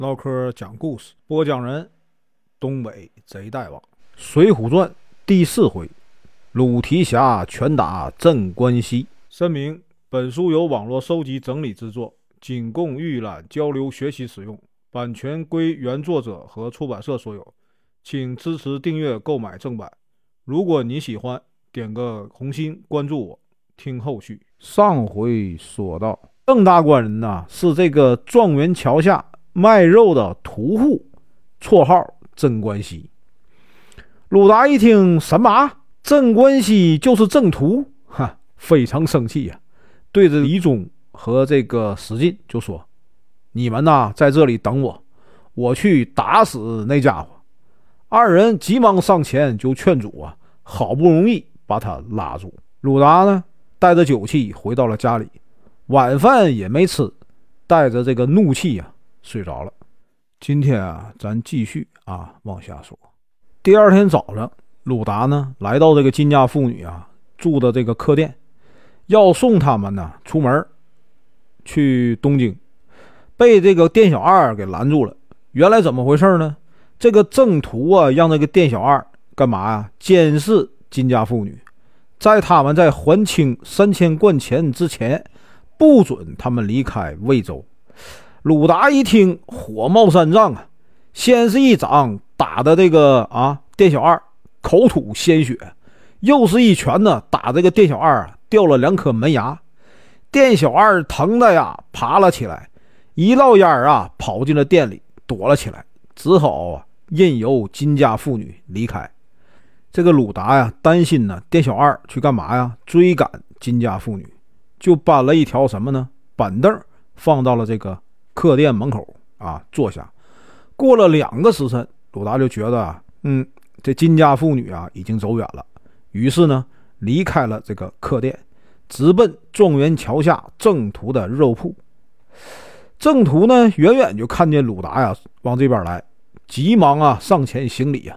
唠嗑讲故事，播讲人东北贼大王。水浒传第4回，鲁提辖拳打镇关西。声明：本书由网络收集整理制作，仅供预览、交流、学习使用，版权归原作者和出版社所有，请支持订阅、购买正版。如果你喜欢，点个红心，关注我，听后续。上回说到，郑大官人呢是这个状元桥下卖肉的屠户，绰号镇关西。鲁达一听，什么镇关西就是郑屠，非常生气呀，对着李忠和这个史进就说：你们呐在这里等我，我去打死那家伙。二人急忙上前就劝阻啊，好不容易把他拉住。鲁达呢带着酒气回到了家里，晚饭也没吃，带着这个怒气啊睡着了。今天啊咱继续往下说。第二天早上，鲁达呢来到这个金家妇女住的这个客店，要送他们呢出门去东京，被这个店小二给拦住了。原来怎么回事呢？这个郑屠让这个店小二干嘛呀？监视金家妇女，在他们在还清3000贯钱之前，不准他们离开魏州。鲁达一听，火冒三丈先是一掌打的这个店小二口吐鲜血，又是一拳呢打这个店小二掉了2颗门牙。店小二疼的爬了起来，一落烟跑进了店里躲了起来，只好任由金家妇女离开。这个鲁达担心呢店小二去干嘛追赶金家妇女，就搬了一条什么呢板凳放到了这个客店门口坐下。过了2个时辰，鲁达就觉得这金家妇女已经走远了，于是呢离开了这个客店，直奔状元桥下郑屠的肉铺。郑屠呢远远就看见鲁达往这边来，急忙上前行礼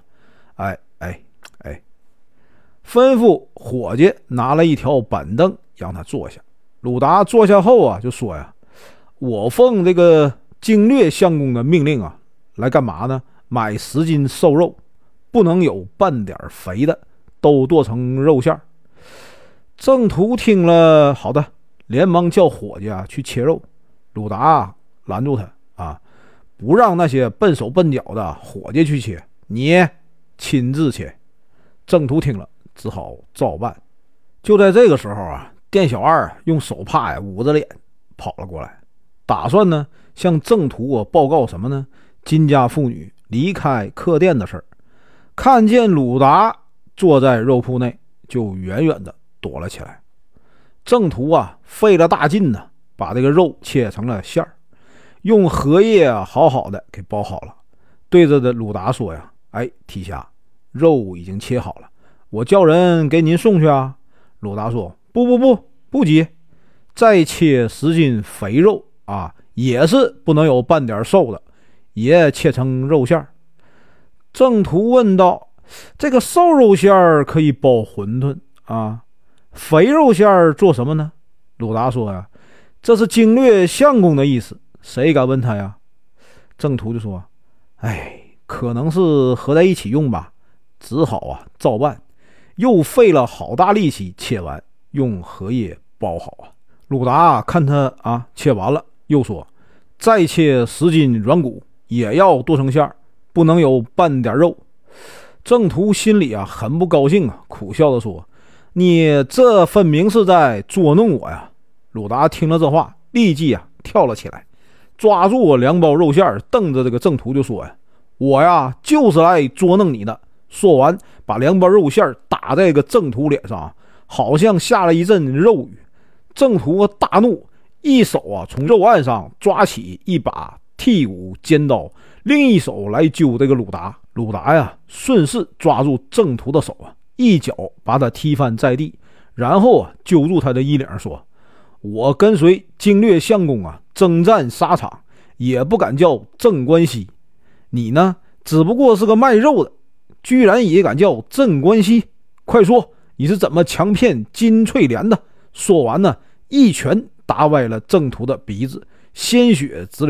吩咐伙计拿了一条板凳让他坐下。鲁达坐下后就说我奉这个经略相公的命令来干嘛呢？买10斤瘦肉，不能有半点肥的，都剁成肉馅。郑屠听了，好的，连忙叫伙计去切肉。鲁达拦住他不让那些笨手笨脚的伙计去切，你亲自切。郑屠听了只好照办。就在这个时候店小二用手帕捂着脸跑了过来，打算呢向郑屠报告什么呢？金家妇女离开客店的事儿。看见鲁达坐在肉铺内，就远远的躲了起来。郑屠费了大劲把这个肉切成了馅儿，用荷叶好好的给包好了，对着鲁达说提辖，肉已经切好了，我叫人给您送去鲁达说不急，再切10斤肥肉也是不能有半点瘦的，也切成肉馅儿。郑屠问道，这个瘦肉馅儿可以包馄饨肥肉馅儿做什么呢？鲁达说这是经略相公的意思，谁敢问他郑屠就说可能是合在一起用吧，只好照办，又费了好大力气切完，用荷叶包好鲁达看他切完了，又说再切10斤软骨，也要剁成馅儿，不能有半点肉。郑屠心里很不高兴苦笑地说，你这分明是在捉弄我呀。鲁达听了这话，立即跳了起来，抓住我2包肉馅，瞪着这个郑屠就说我就是来捉弄你的。说完把2包肉馅打在这个郑屠脸上好像下了一阵肉雨。郑屠大怒，一手从肉案上抓起一把剔骨尖刀，另一手来揪这个鲁达。鲁达顺势抓住郑屠的手一脚把他踢翻在地，然后揪住他的衣领说，我跟随经略相公征战沙场，也不敢叫镇关西，你呢只不过是个卖肉的，居然也敢叫镇关西，快说你是怎么强骗金翠莲的。说完呢，一拳打歪了郑屠的鼻子，鲜血直流，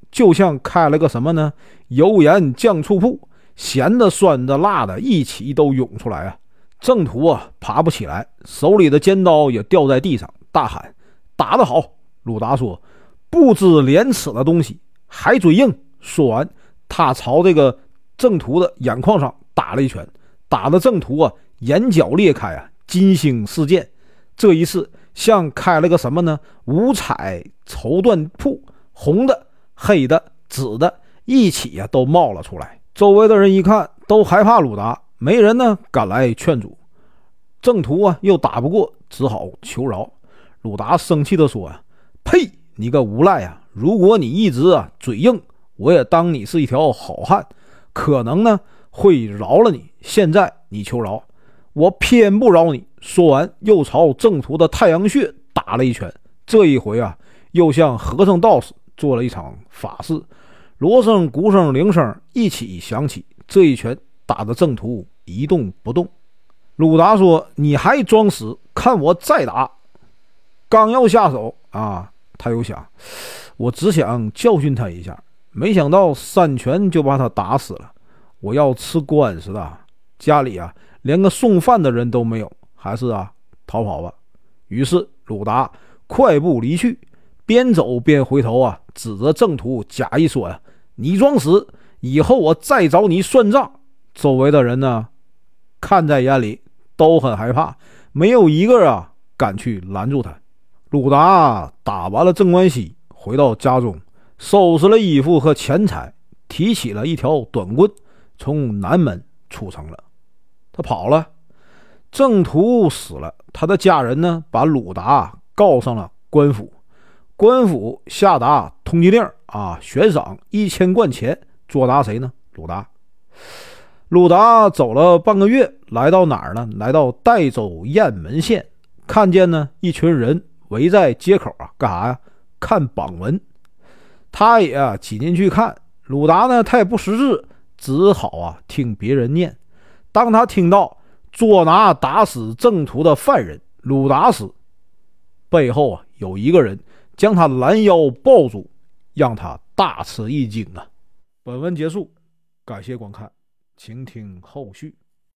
就像开了个什么呢？油盐酱醋铺，咸的、酸的、辣的一起都涌出来啊！郑屠啊爬不起来，手里的尖刀也掉在地上，大喊：“打得好！”鲁达说：“不知廉耻的东西，还嘴硬！”说完，他朝这个郑屠的眼眶上打了一拳，打得郑屠啊眼角裂开啊，金星四溅。这一次像开了个什么呢？五彩绸缎铺，红的、黑的、紫的一起啊都冒了出来。周围的人一看，都害怕鲁达，没人呢敢来劝阻。郑屠啊又打不过，只好求饶。鲁达生气地说啊：“呸！你个无赖啊！如果你一直啊嘴硬，我也当你是一条好汉，可能呢会饶了你。现在你求饶，我偏不饶你。”说完，又朝郑屠的太阳穴打了一拳。这一回啊，又像和尚道士做了一场法事，锣声、鼓声、铃声一起响起。这一拳打得郑屠一动不动。鲁达说：“你还装死？看我再打！”刚要下手啊，他又想，我只想教训他一下，没想到3拳就把他打死了。我要吃官司的，家里啊连个送饭的人都没有，还是啊逃跑吧。于是鲁达快步离去，边走边回头啊，指着郑屠假意说呀：“你装死，以后我再找你算账。”周围的人呢看在眼里，都很害怕，没有一个啊敢去拦住他。鲁达打完了镇关西，回到家中，收拾了衣服和钱财，提起了一条短棍，从南门出城了。他跑了。郑屠死了，他的家人呢把鲁达告上了官府，官府下达通缉令啊，悬赏1000贯钱，捉拿谁呢？鲁达。鲁达走了半个月，来到哪儿呢？来到代州雁门县，看见呢一群人围在街口啊，干啥呀？看榜文。他也啊挤进去看。鲁达呢，他也不识字，只好啊听别人念。当他听到捉拿打死郑屠的犯人鲁达时，背后啊有一个人将他拦腰抱住，让他大吃一惊啊！本文结束，感谢观看，请听后续。